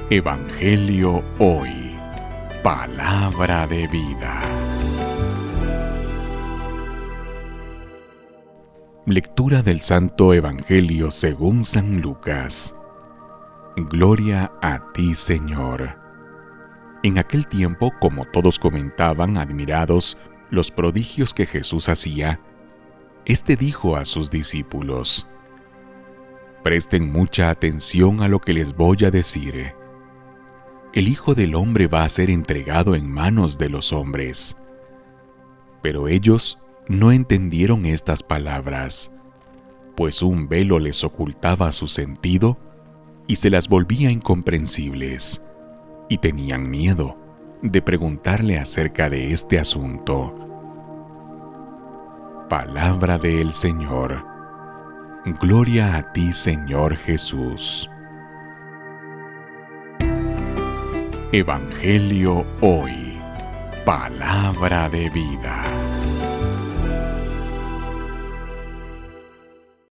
Evangelio Hoy. Palabra de vida. Lectura del Santo Evangelio según San Lucas. Gloria a ti, Señor. En aquel tiempo, como todos comentaban admirados los prodigios que Jesús hacía, éste dijo a sus discípulos: Presten mucha atención a lo que les voy a decir. El Hijo del Hombre va a ser entregado en manos de los hombres. Pero ellos no entendieron estas palabras, pues un velo les ocultaba su sentido y se las volvía incomprensibles, y tenían miedo de preguntarle acerca de este asunto. Palabra del Señor. Gloria a ti, Señor Jesús. Evangelio Hoy. Palabra de vida.